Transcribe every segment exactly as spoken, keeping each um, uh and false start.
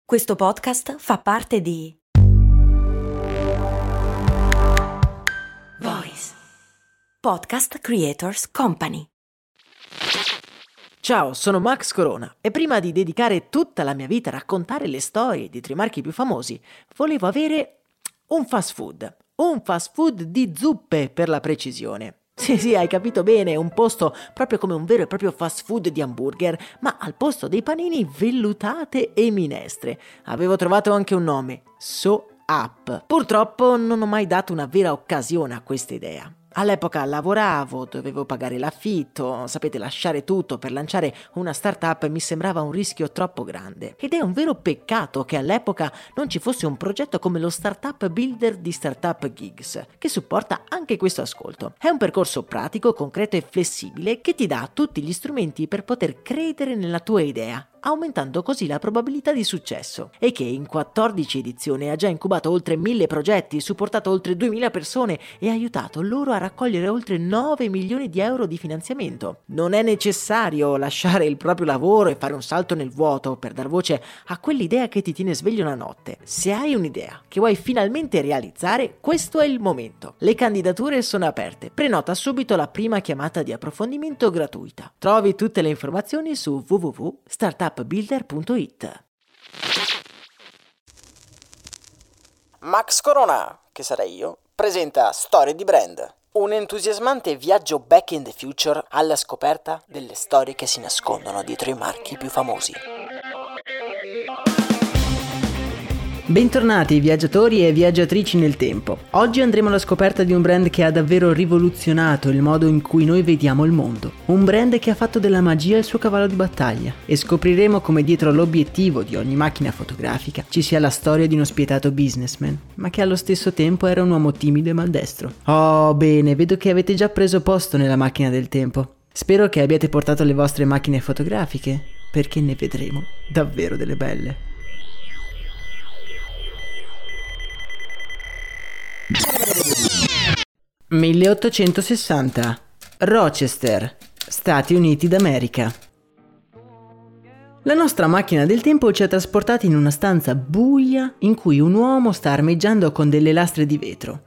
Questo podcast fa parte di Voice Podcast Creators Company. Ciao, sono Max Corona e prima di dedicare tutta la mia vita a raccontare le storie di tre marchi più famosi, volevo avere un fast food, un fast food di zuppe per la precisione. Sì, sì, hai capito bene, un posto proprio come un vero e proprio fast food di hamburger, ma al posto dei panini vellutate e minestre. Avevo trovato anche un nome, So Up. Purtroppo non ho mai dato una vera occasione a questa idea. All'epoca lavoravo, dovevo pagare l'affitto, sapete, lasciare tutto per lanciare una startup mi sembrava un rischio troppo grande. Ed è un vero peccato che all'epoca non ci fosse un progetto come lo Startup Builder di Startup Gigs, che supporta anche questo ascolto. È un percorso pratico, concreto e flessibile che ti dà tutti gli strumenti per poter credere nella tua idea, aumentando così la probabilità di successo, e che in quattordici edizioni ha già incubato oltre mille progetti, supportato oltre duemila persone e aiutato loro a raccogliere oltre nove milioni di euro di finanziamento. Non è necessario lasciare il proprio lavoro e fare un salto nel vuoto per dar voce a quell'idea che ti tiene sveglio la notte. Se hai un'idea che vuoi finalmente realizzare, questo è il momento. Le candidature sono aperte. Prenota subito la prima chiamata di approfondimento gratuita. Trovi tutte le informazioni su w w w punto startup builder punto it. Max Corona, che sarei io, presenta Storie di Brand, un entusiasmante viaggio back in the future alla scoperta delle storie che si nascondono dietro i marchi più famosi. Bentornati viaggiatori e viaggiatrici nel tempo. Oggi andremo alla scoperta di un brand che ha davvero rivoluzionato il modo in cui noi vediamo il mondo. Un brand che ha fatto della magia il suo cavallo di battaglia. E scopriremo come dietro l'obiettivo di ogni macchina fotografica ci sia la storia di uno spietato businessman, ma che allo stesso tempo era un uomo timido e maldestro. Oh, bene, vedo che avete già preso posto nella macchina del tempo. Spero che abbiate portato le vostre macchine fotografiche, perché ne vedremo davvero delle belle. milleottocentosessanta, Rochester, Stati Uniti d'America. La nostra macchina del tempo ci ha trasportati in una stanza buia in cui un uomo sta armeggiando con delle lastre di vetro.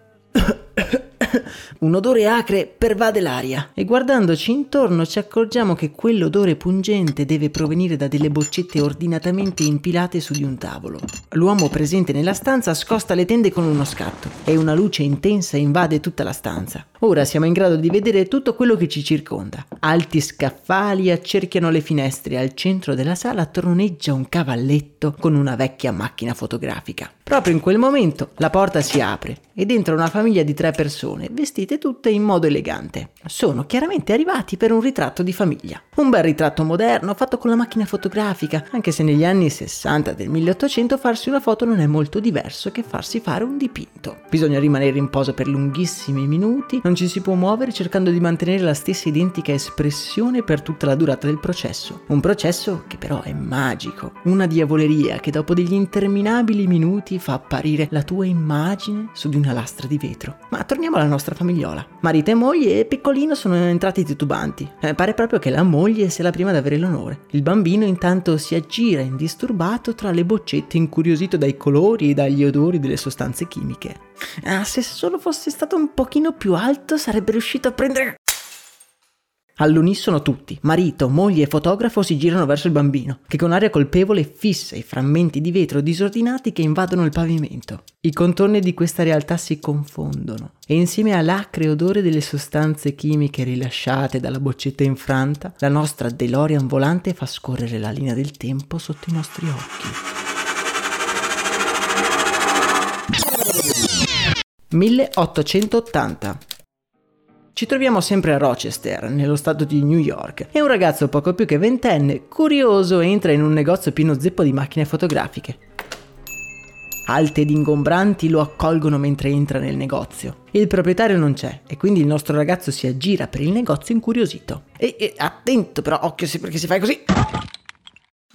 Un odore acre pervade l'aria e guardandoci intorno ci accorgiamo che quell'odore pungente deve provenire da delle boccette ordinatamente impilate su di un tavolo. L'uomo presente nella stanza scosta le tende con uno scatto e una luce intensa invade tutta la stanza. Ora siamo in grado di vedere tutto quello che ci circonda. Alti scaffali accerchiano le finestre e al centro della sala troneggia un cavalletto con una vecchia macchina fotografica. Proprio in quel momento la porta si apre ed entra una famiglia di tre persone vestite tutte in modo elegante. Sono chiaramente arrivati per un ritratto di famiglia. Un bel ritratto moderno fatto con la macchina fotografica, anche se negli anni sessanta del milleottocento farsi una foto non è molto diverso che farsi fare un dipinto. Bisogna rimanere in posa per lunghissimi minuti, non ci si può muovere cercando di mantenere la stessa identica espressione per tutta la durata del processo. Un processo che però è magico, una diavoleria che dopo degli interminabili minuti fa apparire la tua immagine su di una lastra di vetro. Ma torniamo alla nostra famigliola. Marito e moglie e piccolino sono entrati titubanti. Eh, pare proprio che la moglie sia la prima ad avere l'onore. Il bambino intanto si aggira indisturbato tra le boccette, incuriosito dai colori e dagli odori delle sostanze chimiche. Ah, se solo fosse stato un pochino più alto sarebbe riuscito a prendere... All'unisono tutti, marito, moglie e fotografo, si girano verso il bambino, che con aria colpevole fissa i frammenti di vetro disordinati che invadono il pavimento. I contorni di questa realtà si confondono e insieme all'acre odore delle sostanze chimiche rilasciate dalla boccetta infranta, la nostra DeLorean volante fa scorrere la linea del tempo sotto i nostri occhi. milleottocentottanta. Ci troviamo sempre a Rochester, nello stato di New York, e un ragazzo poco più che ventenne, curioso, entra in un negozio pieno zeppo di macchine fotografiche. Alte ed ingombranti lo accolgono mentre entra nel negozio. Il proprietario non c'è e quindi il nostro ragazzo si aggira per il negozio incuriosito. E, e attento però, occhio, se perché si fa così...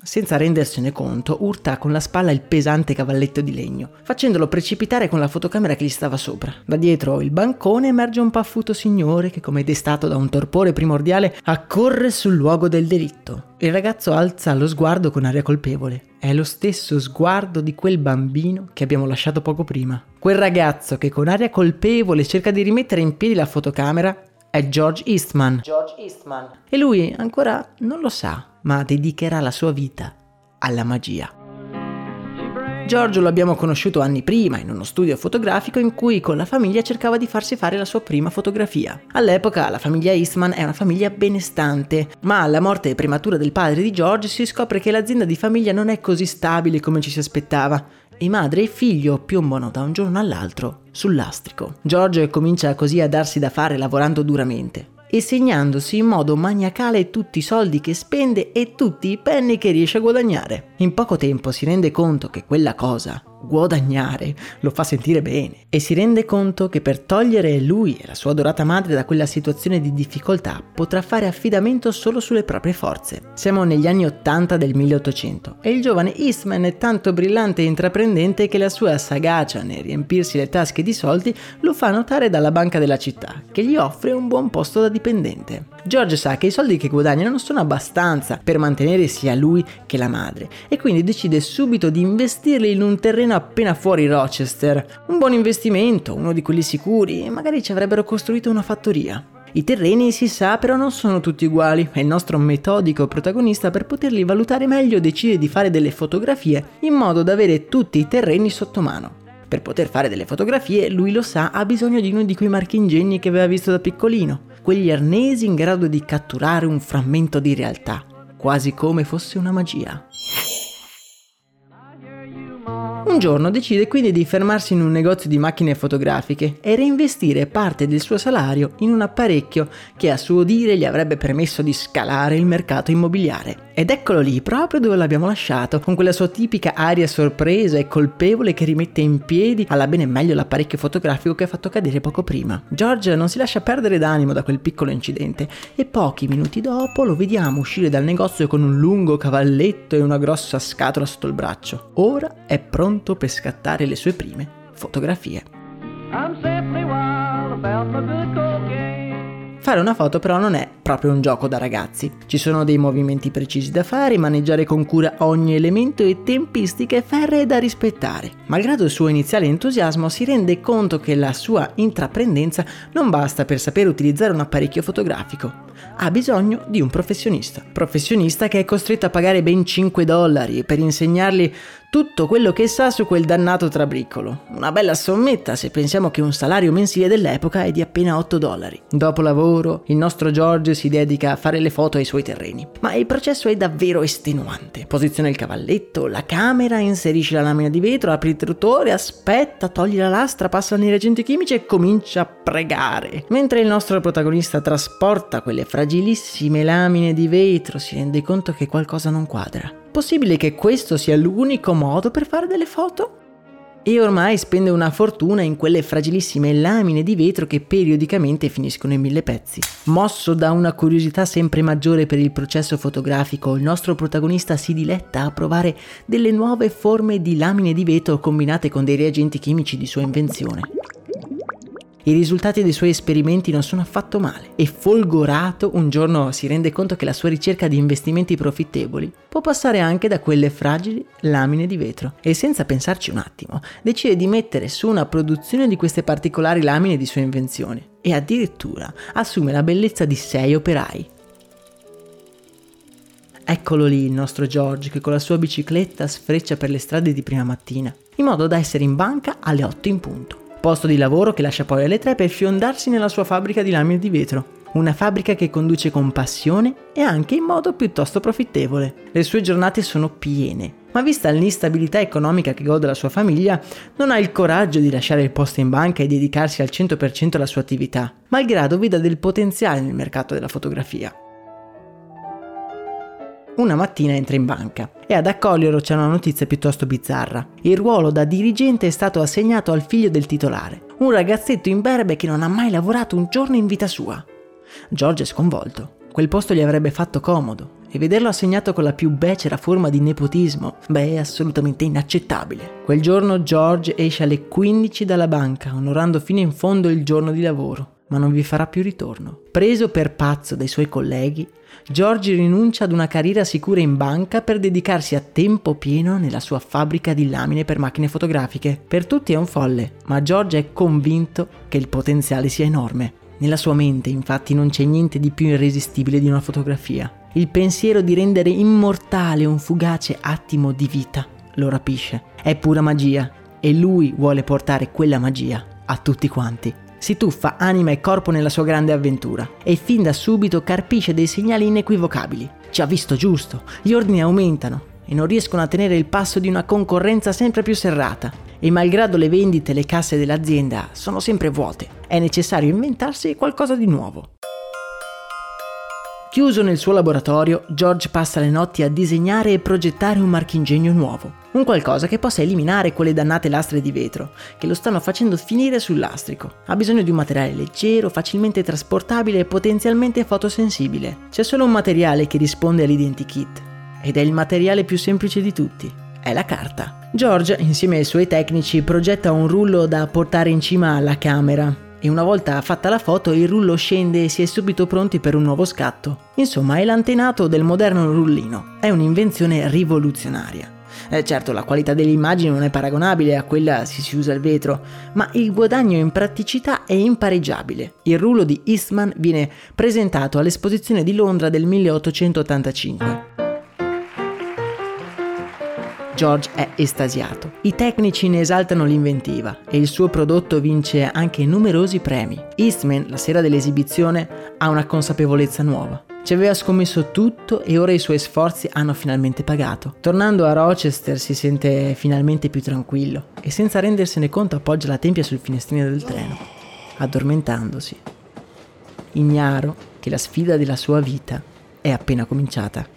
senza rendersene conto, urta con la spalla il pesante cavalletto di legno, facendolo precipitare con la fotocamera che gli stava sopra. Da dietro il bancone emerge un paffuto signore che, come destato da un torpore primordiale, accorre sul luogo del delitto. Il ragazzo alza lo sguardo con aria colpevole. È lo stesso sguardo di quel bambino che abbiamo lasciato poco prima. Quel ragazzo che con aria colpevole cerca di rimettere in piedi la fotocamera è George Eastman. George Eastman. E lui ancora non lo sa, ma dedicherà la sua vita alla magia. Giorgio lo abbiamo conosciuto anni prima in uno studio fotografico in cui con la famiglia cercava di farsi fare la sua prima fotografia. All'epoca la famiglia Eastman è una famiglia benestante, ma alla morte prematura del padre di George si scopre che l'azienda di famiglia non è così stabile come ci si aspettava e madre e figlio piombano da un giorno all'altro sul lastrico. George comincia così a darsi da fare lavorando duramente e segnandosi in modo maniacale tutti i soldi che spende e tutti i penny che riesce a guadagnare. In poco tempo si rende conto che quella cosa, guadagnare, lo fa sentire bene e si rende conto che per togliere lui e la sua adorata madre da quella situazione di difficoltà potrà fare affidamento solo sulle proprie forze. Siamo negli anni ottanta del milleottocento e il giovane Eastman è tanto brillante e intraprendente che la sua sagacia nel riempirsi le tasche di soldi lo fa notare dalla banca della città, che gli offre un buon posto da dipendente. George sa che i soldi che guadagna non sono abbastanza per mantenere sia lui che la madre e quindi decide subito di investirli in un terreno appena fuori Rochester. Un buon investimento, uno di quelli sicuri, e magari ci avrebbero costruito una fattoria. I terreni, si sa, però non sono tutti uguali e il nostro metodico protagonista, per poterli valutare meglio, decide di fare delle fotografie in modo da avere tutti i terreni sotto mano. Per poter fare delle fotografie, lui lo sa, ha bisogno di uno di quei marchingegni che aveva visto da piccolino, quegli arnesi in grado di catturare un frammento di realtà, quasi come fosse una magia. Un giorno decide quindi di fermarsi in un negozio di macchine fotografiche e reinvestire parte del suo salario in un apparecchio che a suo dire gli avrebbe permesso di scalare il mercato immobiliare. Ed eccolo lì, proprio dove l'abbiamo lasciato, con quella sua tipica aria sorpresa e colpevole che rimette in piedi alla bene meglio l'apparecchio fotografico che ha fatto cadere poco prima. George non si lascia perdere d'animo da quel piccolo incidente e pochi minuti dopo lo vediamo uscire dal negozio con un lungo cavalletto e una grossa scatola sotto il braccio. Ora è pronto per scattare le sue prime fotografie. Fare una foto però non è proprio un gioco da ragazzi. Ci sono dei movimenti precisi da fare, maneggiare con cura ogni elemento e tempistiche ferree da rispettare. Malgrado il suo iniziale entusiasmo, si rende conto che la sua intraprendenza non basta per saper utilizzare un apparecchio fotografico. Ha bisogno di un professionista. Professionista che è costretto a pagare ben cinque dollari per insegnargli tutto quello che sa su quel dannato trabicolo. Una bella sommetta se pensiamo che un salario mensile dell'epoca è di appena otto dollari. Dopo lavoro, il nostro George si dedica a fare le foto ai suoi terreni. Ma il processo è davvero estenuante. Posiziona il cavalletto, la camera, inserisce la lamina di vetro, apri il interruttore, aspetta, togli la lastra, passa nei reagenti chimici e comincia a pregare. Mentre il nostro protagonista trasporta quelle fragilissime lamine di vetro, si rende conto che qualcosa non quadra. Possibile che questo sia l'unico modo per fare delle foto? E ormai spende una fortuna in quelle fragilissime lamine di vetro che periodicamente finiscono in mille pezzi. Mosso da una curiosità sempre maggiore per il processo fotografico, il nostro protagonista si diletta a provare delle nuove forme di lamine di vetro combinate con dei reagenti chimici di sua invenzione. I risultati dei suoi esperimenti non sono affatto male e folgorato un giorno si rende conto che la sua ricerca di investimenti profittevoli può passare anche da quelle fragili lamine di vetro e senza pensarci un attimo decide di mettere su una produzione di queste particolari lamine di sua invenzione e addirittura assume la bellezza di sei operai. Eccolo lì il nostro George che con la sua bicicletta sfreccia per le strade di prima mattina in modo da essere in banca alle otto in punto. Posto di lavoro che lascia poi alle tre per fiondarsi nella sua fabbrica di lamine di vetro. Una fabbrica che conduce con passione e anche in modo piuttosto profittevole. Le sue giornate sono piene, ma vista l'instabilità economica che gode la sua famiglia, non ha il coraggio di lasciare il posto in banca e dedicarsi al cento per cento alla sua attività, malgrado veda del potenziale nel mercato della fotografia. Una mattina entra in banca e ad accoglierlo c'è una notizia piuttosto bizzarra. Il ruolo da dirigente è stato assegnato al figlio del titolare, un ragazzetto imberbe che non ha mai lavorato un giorno in vita sua. George è sconvolto. Quel posto gli avrebbe fatto comodo e vederlo assegnato con la più becera forma di nepotismo, beh, è assolutamente inaccettabile. Quel giorno George esce alle quindici dalla banca, onorando fino in fondo il giorno di lavoro, ma non vi farà più ritorno. Preso per pazzo dai suoi colleghi, George rinuncia ad una carriera sicura in banca per dedicarsi a tempo pieno nella sua fabbrica di lamine per macchine fotografiche. Per tutti è un folle, ma George è convinto che il potenziale sia enorme. Nella sua mente, infatti, non c'è niente di più irresistibile di una fotografia. Il pensiero di rendere immortale un fugace attimo di vita lo rapisce. È pura magia e lui vuole portare quella magia a tutti quanti. Si tuffa anima e corpo nella sua grande avventura e fin da subito carpisce dei segnali inequivocabili. Ci ha visto giusto, gli ordini aumentano e non riescono a tenere il passo di una concorrenza sempre più serrata. E malgrado le vendite, le casse dell'azienda sono sempre vuote. È necessario inventarsi qualcosa di nuovo. Chiuso nel suo laboratorio, George passa le notti a disegnare e progettare un marchingegno nuovo. Un qualcosa che possa eliminare quelle dannate lastre di vetro che lo stanno facendo finire sul lastrico. Ha bisogno di un materiale leggero, facilmente trasportabile e potenzialmente fotosensibile. C'è solo un materiale che risponde all'identikit ed è il materiale più semplice di tutti. È la carta. George, insieme ai suoi tecnici, progetta un rullo da portare in cima alla camera. E una volta fatta la foto il rullo scende e si è subito pronti per un nuovo scatto. Insomma, è l'antenato del moderno rullino. È un'invenzione rivoluzionaria. Eh, certo, la qualità delle immagini non è paragonabile a quella se si usa il vetro, ma il guadagno in praticità è impareggiabile. Il rullo di Eastman viene presentato all'esposizione di Londra del milleottocentottantacinque. George è estasiato. I tecnici ne esaltano l'inventiva e il suo prodotto vince anche numerosi premi. Eastman, la sera dell'esibizione, ha una consapevolezza nuova. Ci aveva scommesso tutto e ora i suoi sforzi hanno finalmente pagato. Tornando a Rochester si sente finalmente più tranquillo e senza rendersene conto appoggia la tempia sul finestrino del treno, addormentandosi, ignaro che la sfida della sua vita è appena cominciata.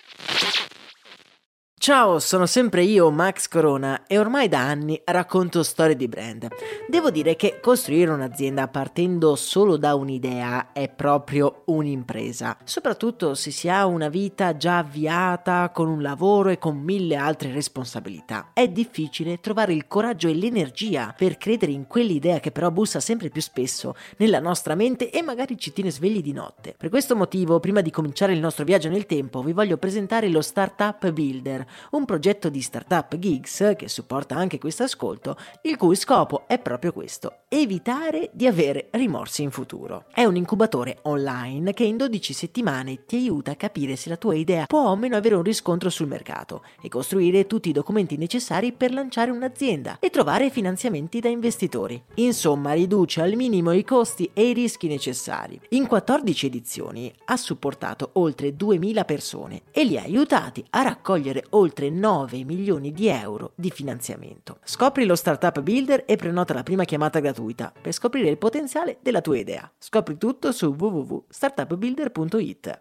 Ciao, sono sempre io, Max Corona, e ormai da anni racconto storie di brand. Devo dire che costruire un'azienda partendo solo da un'idea è proprio un'impresa, soprattutto se si ha una vita già avviata con un lavoro e con mille altre responsabilità. È difficile trovare il coraggio e l'energia per credere in quell'idea che però bussa sempre più spesso nella nostra mente e magari ci tiene svegli di notte. Per questo motivo, prima di cominciare il nostro viaggio nel tempo, vi voglio presentare lo Startup Builder, un progetto di Startup Geeks che supporta anche questo ascolto, il cui scopo è proprio questo: evitare di avere rimorsi in futuro. È un incubatore online che in dodici settimane ti aiuta a capire se la tua idea può o meno avere un riscontro sul mercato e costruire tutti i documenti necessari per lanciare un'azienda e trovare finanziamenti da investitori. Insomma, riduce al minimo i costi e i rischi necessari. In quattordici edizioni ha supportato oltre duemila persone e li ha aiutati a raccogliere oltre nove milioni di euro di finanziamento. Scopri lo Startup Builder e prenota la prima chiamata gratuita per scoprire il potenziale della tua idea. Scopri tutto su w w w punto startup builder punto i t.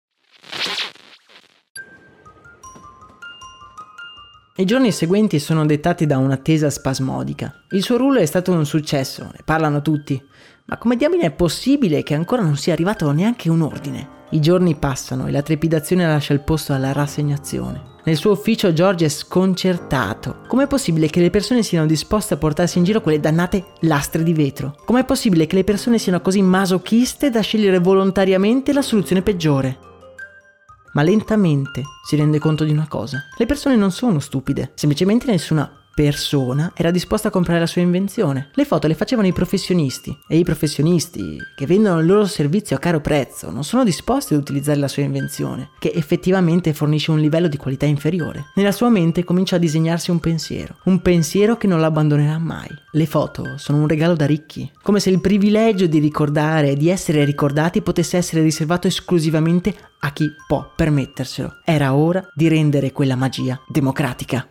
I giorni seguenti sono dettati da un'attesa spasmodica. Il suo rullo è stato un successo, ne parlano tutti, ma come diamine è possibile che ancora non sia arrivato neanche un ordine? I giorni passano e la trepidazione lascia il posto alla rassegnazione. Nel suo ufficio George è sconcertato. Com'è possibile che le persone siano disposte a portarsi in giro quelle dannate lastre di vetro? Com'è possibile che le persone siano così masochiste da scegliere volontariamente la soluzione peggiore? Ma lentamente si rende conto di una cosa: le persone non sono stupide, semplicemente nessuna persona era disposta a comprare la sua invenzione. Le foto le facevano i professionisti e i professionisti che vendono il loro servizio a caro prezzo non sono disposti ad utilizzare la sua invenzione, che effettivamente fornisce un livello di qualità inferiore. Nella sua mente comincia a disegnarsi un pensiero, un pensiero che non l'abbandonerà mai. Le foto sono un regalo da ricchi, come se il privilegio di ricordare e di essere ricordati potesse essere riservato esclusivamente a chi può permetterselo. Era ora di rendere quella magia democratica.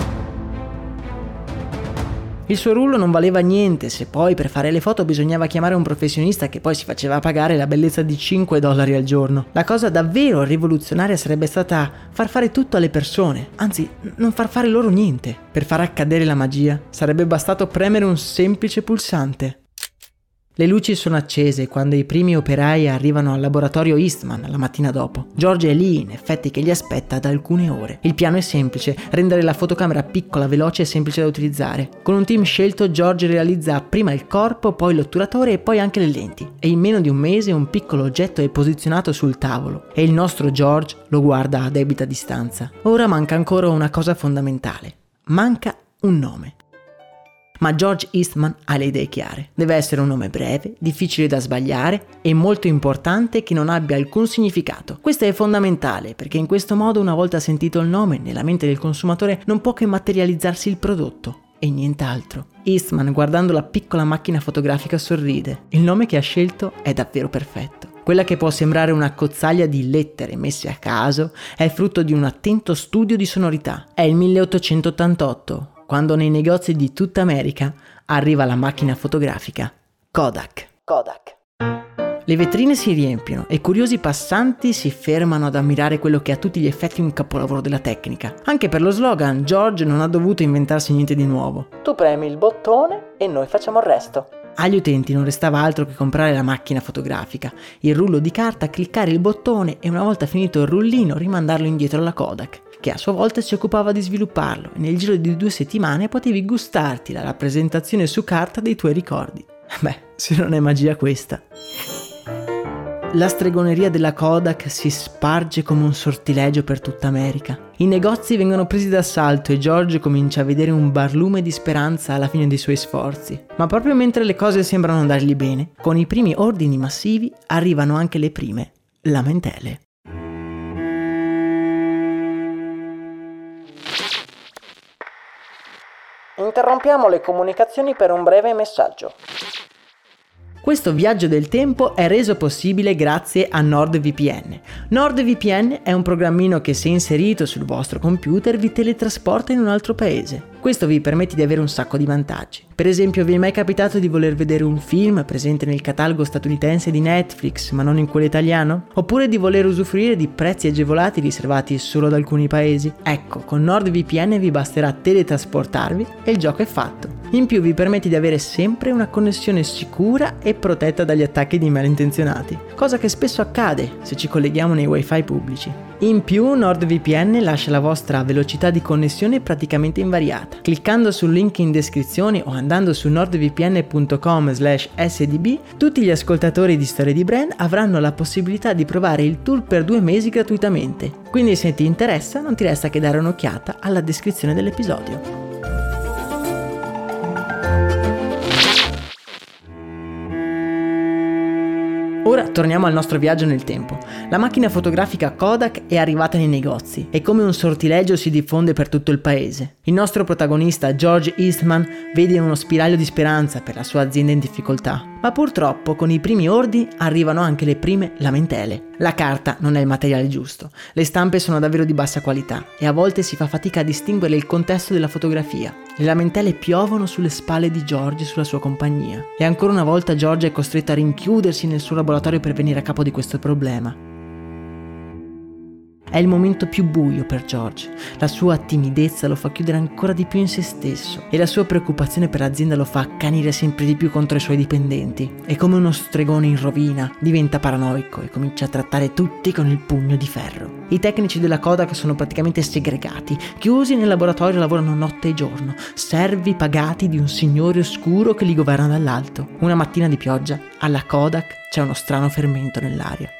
Il suo rullo non valeva niente se poi per fare le foto bisognava chiamare un professionista che poi si faceva pagare la bellezza di cinque dollari al giorno. La cosa davvero rivoluzionaria sarebbe stata far fare tutto alle persone, anzi non far fare loro niente. Per far accadere la magia sarebbe bastato premere un semplice pulsante. Le luci sono accese quando i primi operai arrivano al laboratorio Eastman la mattina dopo. George è lì, in effetti, che li aspetta da alcune ore. Il piano è semplice, rendere la fotocamera piccola, veloce e semplice da utilizzare. Con un team scelto, George realizza prima il corpo, poi l'otturatore e poi anche le lenti. E in meno di un mese un piccolo oggetto è posizionato sul tavolo e il nostro George lo guarda a debita distanza. Ora manca ancora una cosa fondamentale. Manca un nome. Ma George Eastman ha le idee chiare. Deve essere un nome breve, difficile da sbagliare e molto importante che non abbia alcun significato. Questo è fondamentale perché in questo modo, una volta sentito il nome, nella mente del consumatore non può che materializzarsi il prodotto e nient'altro. Eastman, guardando la piccola macchina fotografica, sorride. Il nome che ha scelto è davvero perfetto. Quella che può sembrare una cozzaglia di lettere messe a caso è frutto di un attento studio di sonorità. È il milleottocentottantotto, quando nei negozi di tutta America arriva la macchina fotografica Kodak. Kodak. Le vetrine si riempiono e curiosi passanti si fermano ad ammirare quello che è a tutti gli effetti un capolavoro della tecnica. Anche per lo slogan, George non ha dovuto inventarsi niente di nuovo. Tu premi il bottone e noi facciamo il resto. Agli utenti non restava altro che comprare la macchina fotografica, il rullo di carta, cliccare il bottone e una volta finito il rullino rimandarlo indietro alla Kodak, che a sua volta si occupava di svilupparlo, e nel giro di due settimane potevi gustarti la rappresentazione su carta dei tuoi ricordi. Beh, se non è magia questa. La stregoneria della Kodak si sparge come un sortilegio per tutta America. I negozi vengono presi d'assalto e George comincia a vedere un barlume di speranza alla fine dei suoi sforzi. Ma proprio mentre le cose sembrano andargli bene, con i primi ordini massivi arrivano anche le prime lamentele. Interrompiamo le comunicazioni per un breve messaggio. Questo viaggio del tempo è reso possibile grazie a NordVPN. NordVPN è un programmino che, se inserito sul vostro computer, vi teletrasporta in un altro paese. Questo vi permette di avere un sacco di vantaggi. Per esempio, vi è mai capitato di voler vedere un film presente nel catalogo statunitense di Netflix, ma non in quello italiano? Oppure di voler usufruire di prezzi agevolati riservati solo ad alcuni paesi? Ecco, con NordVPN vi basterà teletrasportarvi e il gioco è fatto. In più vi permette di avere sempre una connessione sicura e protetta dagli attacchi di malintenzionati, cosa che spesso accade se ci colleghiamo nei wifi pubblici. In più, NordVPN lascia la vostra velocità di connessione praticamente invariata. Cliccando sul link in descrizione o andando su nordvpn punto com slash s d b, tutti gli ascoltatori di Storie di Brand avranno la possibilità di provare il tool per due mesi gratuitamente. Quindi, se ti interessa, non ti resta che dare un'occhiata alla descrizione dell'episodio. Ora torniamo al nostro viaggio nel tempo. La macchina fotografica Kodak è arrivata nei negozi e come un sortilegio si diffonde per tutto il paese. Il nostro protagonista George Eastman vede uno spiraglio di speranza per la sua azienda in difficoltà, ma purtroppo con i primi ordini arrivano anche le prime lamentele. La carta non è il materiale giusto, le stampe sono davvero di bassa qualità e a volte si fa fatica a distinguere il contesto della fotografia. Le lamentele piovono sulle spalle di George e sulla sua compagnia e ancora una volta George è costretto a rinchiudersi nel suo laboratorio per venire a capo di questo problema. È il momento più buio per George. La sua timidezza lo fa chiudere ancora di più in se stesso e la sua preoccupazione per l'azienda lo fa accanire sempre di più contro i suoi dipendenti. E come uno stregone in rovina diventa paranoico e comincia a trattare tutti con il pugno di ferro. I tecnici della Kodak sono praticamente segregati, chiusi nel laboratorio, lavorano notte e giorno, servi pagati di un signore oscuro che li governa dall'alto. Una mattina di pioggia, alla Kodak c'è uno strano fermento nell'aria.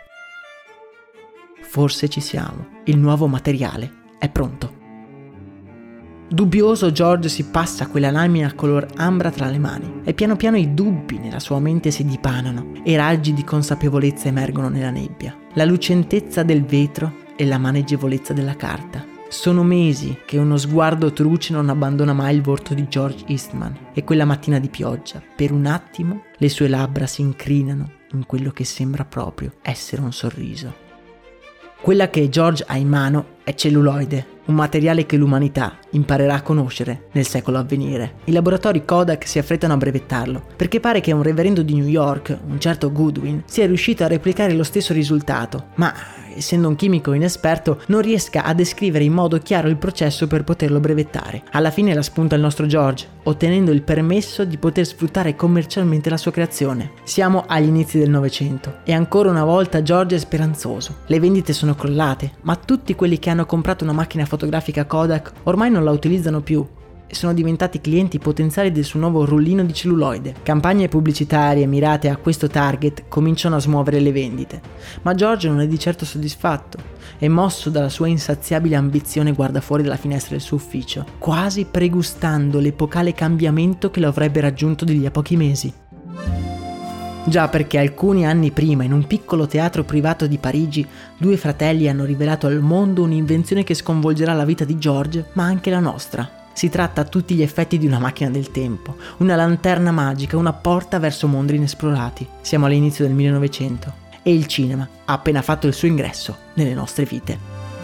Forse ci siamo, il nuovo materiale è pronto. Dubbioso, George si passa quella lamina color ambra tra le mani e piano piano i dubbi nella sua mente si dipanano e raggi di consapevolezza emergono nella nebbia. La lucentezza del vetro e la maneggevolezza della carta. Sono mesi che uno sguardo truce non abbandona mai il volto di George Eastman e quella mattina di pioggia, per un attimo, le sue labbra si incrinano in quello che sembra proprio essere un sorriso. Quella che George ha in mano è celluloide, un materiale che l'umanità imparerà a conoscere nel secolo a venire. I laboratori Kodak si affrettano a brevettarlo, perché pare che un reverendo di New York, un certo Goodwin, sia riuscito a replicare lo stesso risultato, ma essendo un chimico inesperto, non riesca a descrivere in modo chiaro il processo per poterlo brevettare. Alla fine la spunta il nostro George, ottenendo il permesso di poter sfruttare commercialmente la sua creazione. Siamo agli inizi del Novecento e ancora una volta George è speranzoso. Le vendite sono crollate, ma tutti quelli che hanno comprato una macchina fotografica Kodak ormai non la utilizzano più e sono diventati clienti potenziali del suo nuovo rullino di celluloide. Campagne pubblicitarie mirate a questo target cominciano a smuovere le vendite, ma George non è di certo soddisfatto e, mosso dalla sua insaziabile ambizione, guarda fuori dalla finestra del suo ufficio, quasi pregustando l'epocale cambiamento che lo avrebbe raggiunto di lì a pochi mesi. Già, perché alcuni anni prima, in un piccolo teatro privato di Parigi, due fratelli hanno rivelato al mondo un'invenzione che sconvolgerà la vita di George, ma anche la nostra. Si tratta a tutti gli effetti di una macchina del tempo, una lanterna magica, una porta verso mondi inesplorati. Siamo all'inizio del millenovecento e il cinema ha appena fatto il suo ingresso nelle nostre vite.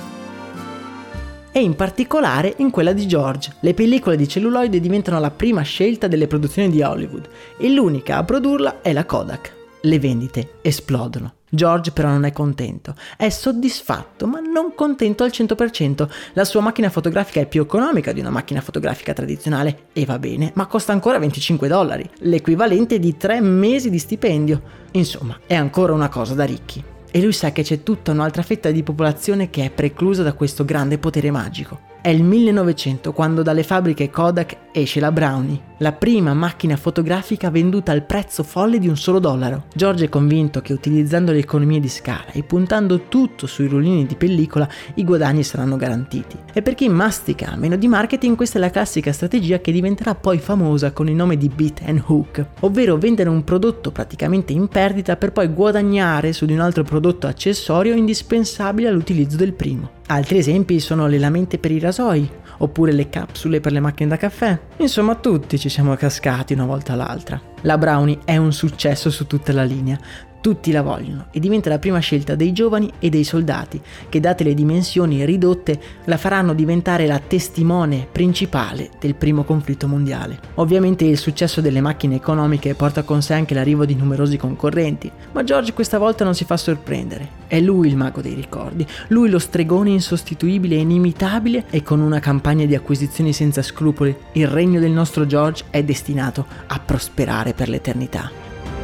E in particolare in quella di George. Le pellicole di celluloide diventano la prima scelta delle produzioni di Hollywood e l'unica a produrla è la Kodak. Le vendite esplodono. George però non è contento, è soddisfatto ma non contento al cento per cento. La sua macchina fotografica è più economica di una macchina fotografica tradizionale e va bene, ma costa ancora venticinque dollari, l'equivalente di tre mesi di stipendio. Insomma, è ancora una cosa da ricchi. E lui sa che c'è tutta un'altra fetta di popolazione che è preclusa da questo grande potere magico. È il millenovecento quando dalle fabbriche Kodak esce la Brownie, la prima macchina fotografica venduta al prezzo folle di un solo dollaro. George è convinto che utilizzando le economie di scala e puntando tutto sui rullini di pellicola i guadagni saranno garantiti. E per chi mastica a meno di marketing, questa è la classica strategia che diventerà poi famosa con il nome di beat and hook, ovvero vendere un prodotto praticamente in perdita per poi guadagnare su di un altro prodotto accessorio indispensabile all'utilizzo del primo. Altri esempi sono le lamente per i rasoi, oppure le capsule per le macchine da caffè. Insomma, tutti ci siamo cascati una volta all'altra. La Brownie è un successo su tutta la linea. Tutti la vogliono e diventa la prima scelta dei giovani e dei soldati, che date le dimensioni ridotte la faranno diventare la testimone principale del primo conflitto mondiale. Ovviamente il successo delle macchine economiche porta con sé anche l'arrivo di numerosi concorrenti, ma George questa volta non si fa sorprendere. È lui il mago dei ricordi, lui lo stregone insostituibile e inimitabile, e con una campagna di acquisizioni senza scrupoli il regno del nostro George è destinato a prosperare per l'eternità.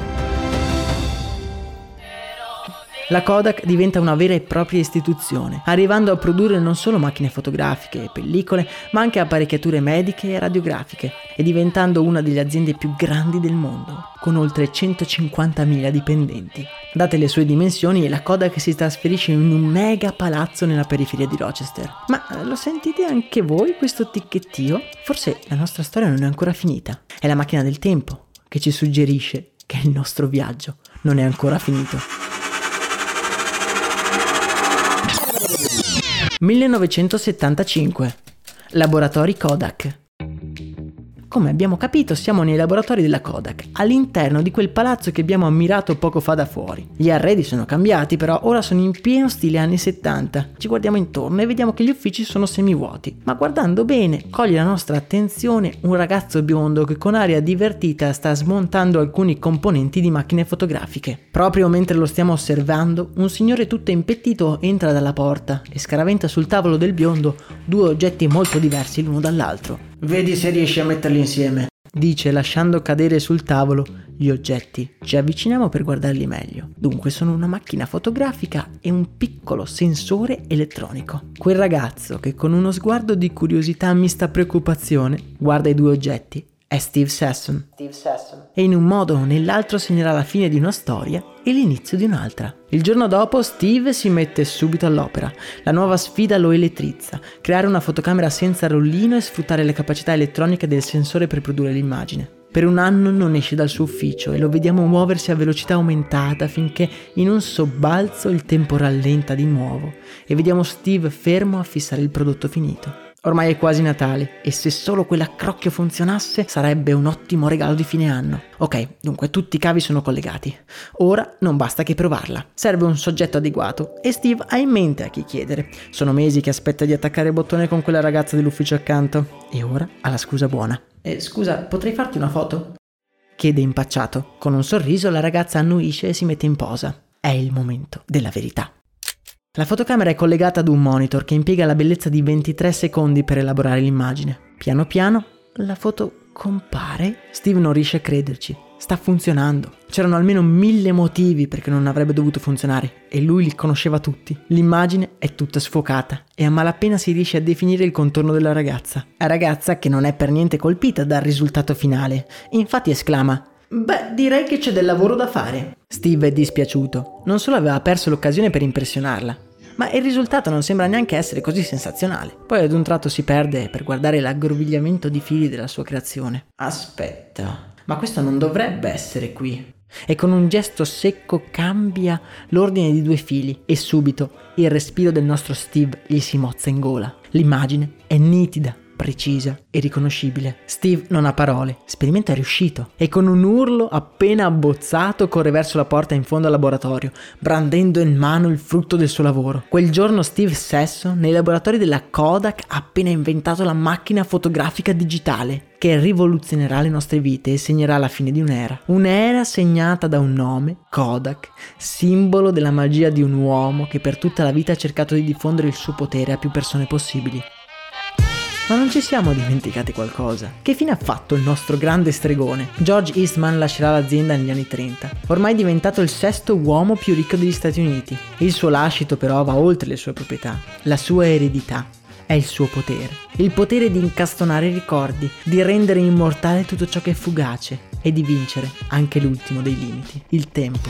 La Kodak diventa una vera e propria istituzione, arrivando a produrre non solo macchine fotografiche e pellicole, ma anche apparecchiature mediche e radiografiche, e diventando una delle aziende più grandi del mondo, con oltre centocinquantamila dipendenti. Date le sue dimensioni, la Kodak si trasferisce in un mega palazzo nella periferia di Rochester. Ma lo sentite anche voi questo ticchettio? Forse la nostra storia non è ancora finita. È la macchina del tempo che ci suggerisce che il nostro viaggio non è ancora finito. millenovecentosettantacinque. Laboratori Kodak. Come abbiamo capito, siamo nei laboratori della Kodak, all'interno di quel palazzo che abbiamo ammirato poco fa da fuori. Gli arredi sono cambiati, però ora sono in pieno stile anni settanta. Ci guardiamo intorno e vediamo che gli uffici sono semivuoti, ma guardando bene coglie la nostra attenzione un ragazzo biondo che con aria divertita sta smontando alcuni componenti di macchine fotografiche. Proprio mentre lo stiamo osservando, un signore tutto impettito entra dalla porta e scaraventa sul tavolo del biondo due oggetti molto diversi l'uno dall'altro. «Vedi se riesci a metterli insieme», dice lasciando cadere sul tavolo gli oggetti. Ci avviciniamo per guardarli meglio. Dunque sono una macchina fotografica e un piccolo sensore elettronico. Quel ragazzo che con uno sguardo di curiosità mista preoccupazione guarda i due oggetti è Steve Sasson. Steve Sasson. E in un modo o nell'altro segnerà la fine di una storia e l'inizio di un'altra. Il giorno dopo Steve si mette subito all'opera. La nuova sfida lo elettrizza: creare una fotocamera senza rullino e sfruttare le capacità elettroniche del sensore per produrre l'immagine. Per un anno non esce dal suo ufficio e lo vediamo muoversi a velocità aumentata finché in un sobbalzo il tempo rallenta di nuovo e vediamo Steve fermo a fissare il prodotto finito. Ormai è quasi Natale e se solo quell'accrocchio funzionasse sarebbe un ottimo regalo di fine anno. Ok, dunque tutti i cavi sono collegati. Ora non basta che provarla. Serve un soggetto adeguato e Steve ha in mente a chi chiedere. Sono mesi che aspetta di attaccare il bottone con quella ragazza dell'ufficio accanto e ora ha la scusa buona. Eh, scusa, potrei farti una foto? Chiede impacciato. Con un sorriso la ragazza annuisce e si mette in posa. È il momento della verità. La fotocamera è collegata ad un monitor che impiega la bellezza di ventitré secondi per elaborare l'immagine. Piano piano la foto compare. Steve non riesce a crederci. Sta funzionando. C'erano almeno mille motivi perché non avrebbe dovuto funzionare e lui li conosceva tutti. L'immagine è tutta sfocata e a malapena si riesce a definire il contorno della ragazza. La ragazza che non è per niente colpita dal risultato finale. Infatti esclama: beh, direi che c'è del lavoro da fare. Steve è dispiaciuto. Non solo aveva perso l'occasione per impressionarla, ma il risultato non sembra neanche essere così sensazionale. Poi ad un tratto si perde per guardare l'aggrovigliamento di fili della sua creazione. Aspetta, ma questo non dovrebbe essere qui. E con un gesto secco cambia l'ordine di due fili e subito il respiro del nostro Steve gli si mozza in gola. L'immagine è nitida, precisa e riconoscibile. Steve non ha parole, l'esperimento è riuscito e con un urlo appena abbozzato corre verso la porta in fondo al laboratorio, brandendo in mano il frutto del suo lavoro. Quel giorno Steve stesso, nei laboratori della Kodak, ha appena inventato la macchina fotografica digitale che rivoluzionerà le nostre vite e segnerà la fine di un'era. Un'era segnata da un nome, Kodak, simbolo della magia di un uomo che per tutta la vita ha cercato di diffondere il suo potere a più persone possibili. Ma non ci siamo dimenticati qualcosa. Che fine ha fatto il nostro grande stregone? George Eastman lascerà l'azienda negli anni trenta, ormai diventato il sesto uomo più ricco degli Stati Uniti. Il suo lascito però va oltre le sue proprietà. La sua eredità è il suo potere. Il potere di incastonare i ricordi, di rendere immortale tutto ciò che è fugace e di vincere anche l'ultimo dei limiti, il tempo.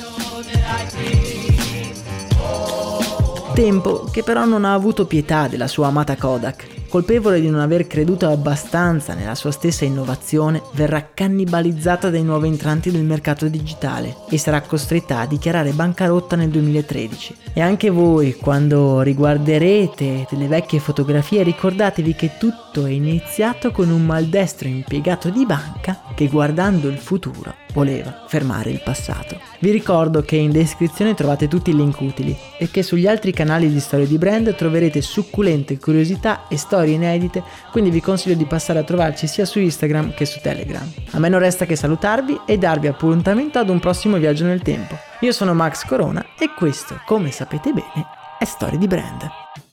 Tempo che però non ha avuto pietà della sua amata Kodak. Colpevole di non aver creduto abbastanza nella sua stessa innovazione, verrà cannibalizzata dai nuovi entranti del mercato digitale e sarà costretta a dichiarare bancarotta nel duemilatredici. E anche voi, quando riguarderete delle vecchie fotografie, ricordatevi che tutto è iniziato con un maldestro impiegato di banca che, guardando il futuro, voleva fermare il passato. Vi ricordo che in descrizione trovate tutti i link utili e che sugli altri canali di Storie di Brand troverete succulente curiosità e storie inedite, quindi vi consiglio di passare a trovarci sia su Instagram che su Telegram. A me non resta che salutarvi e darvi appuntamento ad un prossimo viaggio nel tempo. Io sono Max Corona e questo, come sapete bene, è Storie di Brand.